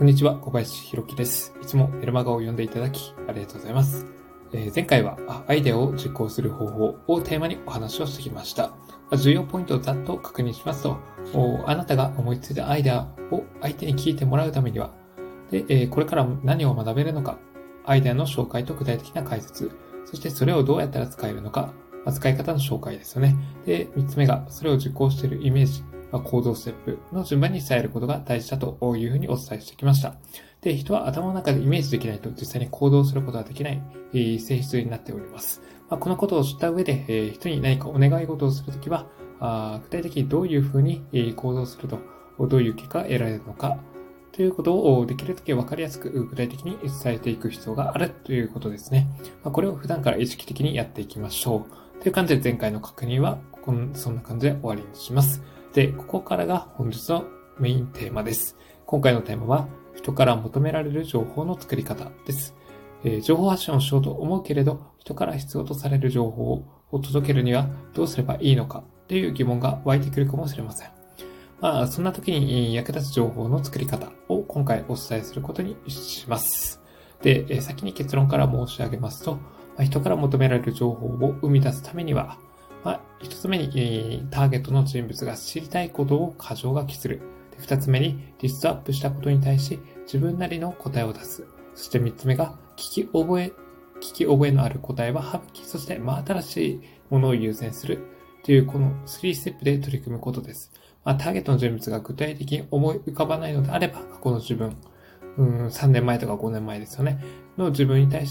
んにちは、小林弘樹です。いつもメルマガを読んでいただきありがとうございます。前回はアイデアを実行する方法をテーマにお話をしてきました。重要ポイントをざっと確認しますと、あなたが思いついたアイデアを相手に聞いてもらうためには、これから何を学べるのか、アイデアの紹介と具体的な解説、そしてそれをどうやったら使えるのか、使い方の紹介ですよね。で、3つ目がそれを実行しているイメージ、行動ステップの順番に伝えることが大事だというふうにお伝えしてきました。で、人は頭の中でイメージできないと実際に行動することができない性質になっております。このことを知った上で、人に何かお願い事をするときは、具体的にどういうふうに行動すると、どういう結果が得られるのか、ということをできるだけ分かりやすく具体的に伝えていく必要があるということですね。これを普段から意識的にやっていきましょう。という感じで前回の確認はそんな感じで終わりにします。で、ここからが本日のメインテーマです。今回のテーマは、人から求められる情報の作り方です。情報発信をしようと思うけれど、人から必要とされる情報を届けるにはどうすればいいのかという疑問が湧いてくるかもしれません。そんな時に役立つ情報の作り方を今回お伝えすることにします。で、先に結論から申し上げますと、人から求められる情報を生み出すためには、一つ目にターゲットの人物が知りたいことを箇条書きする。二つ目にリストアップしたことに対し自分なりの答えを出す。そして三つ目が聞き覚えのある答えは省き、そして真新しいものを優先するというこの3ステップで取り組むことです。ターゲットの人物が具体的に思い浮かばないのであれば、過去の自分、3年前とか5年前ですよね、の自分に対して、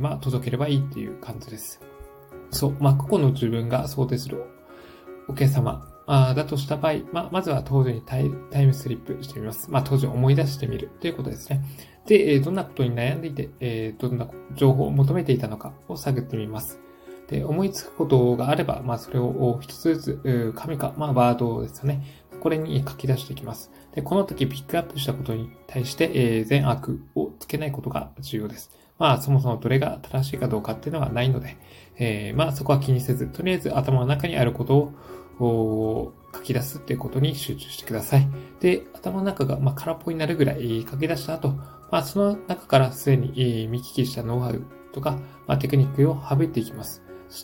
届ければいいっていう感じです。そう、過去の自分が想定するお客様だとした場合、まずは当時にタイムスリップしてみます。当時を思い出してみるということですね。で、どんなことに悩んでいて、どんな情報を求めていたのかを探ってみます。で、思いつくことがあれば、それを一つずつ、紙か、ワードですよね。これに書き出していきます。で、この時ピックアップしたことに対して、善悪をつけないことが重要です。そもそもどれが正しいかどうかっていうのはないので、そこは気にせず、とりあえず頭の中にあることを書き出すっていうことに集中してください。で、頭の中が空っぽになるぐらい書き出した後、その中からすでに見聞きしたノウハウとか、テクニックを省いていきます。そして、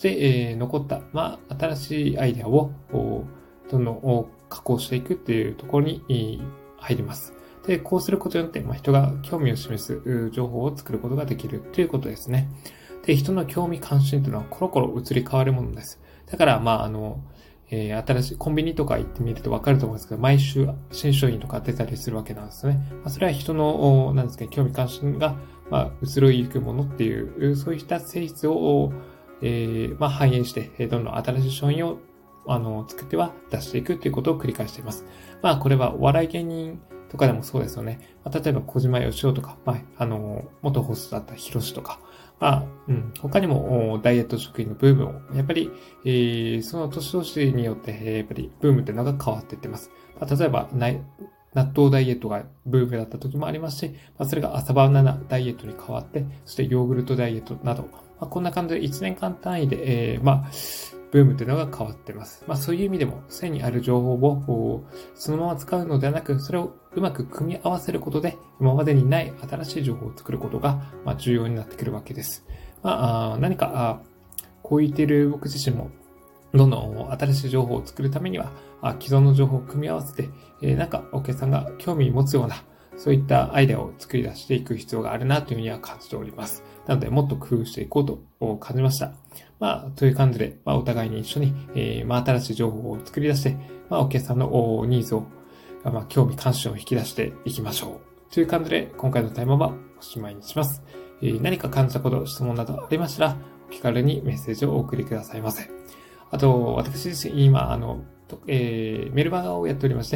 残った、新しいアイデアをどんどん加工していくっていうところに入ります。で、こうすることによって、人が興味を示す情報を作ることができるということですね。で、人の興味関心というのはコロコロ移り変わるものです。だから、新しいコンビニとか行ってみると分かると思うんですけど、毎週新商品とか出たりするわけなんですね。それは人の、興味関心が、移ろいゆくものっていう、そういった性質を、反映して、どんどん新しい商品を作っては出していくということを繰り返しています。これはお笑い芸人とかでもそうですよね。例えば小島よしおとか、元ホストだったヒロシとか、他にもダイエット食品のブームを、やっぱり、その年々によって、やっぱりブームっていうのが変わっていってます。例えば、納豆ダイエットがブームだった時もありますし、それが朝バナナダイエットに変わって、そしてヨーグルトダイエットなど、こんな感じで1年間単位で、ブームというのが変わっています。そういう意味でも、すでにある情報をそのまま使うのではなく、それをうまく組み合わせることで、今までにない新しい情報を作ることが重要になってくるわけです。何かこう言っている僕自身も、どんどん新しい情報を作るためには、既存の情報を組み合わせて、お客さんが興味を持つような、そういったアイデアを作り出していく必要があるなというふうには感じております。なので、もっと工夫していこうと感じました。という感じで、お互いに一緒に、新しい情報を作り出して、お客さんのニーズを、興味関心を引き出していきましょう。という感じで、今回のテーマはおしまいにします。何か感じたこと、質問などありましたら、お気軽にメッセージをお送りくださいませ。あと、私自身今、メルマガをやっておりまして、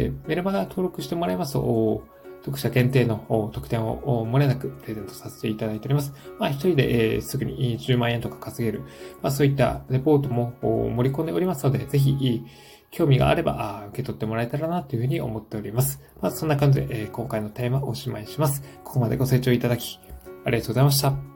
メルマガ登録してもらいますと、読者限定の特典を漏れなくプレゼントさせていただいております。一人ですぐに10万円とか稼げる、そういったレポートも盛り込んでおりますので、ぜひ興味があれば受け取ってもらえたらなというふうに思っております。そんな感じで今回のテーマをおしまいします。ここまでご清聴いただきありがとうございました。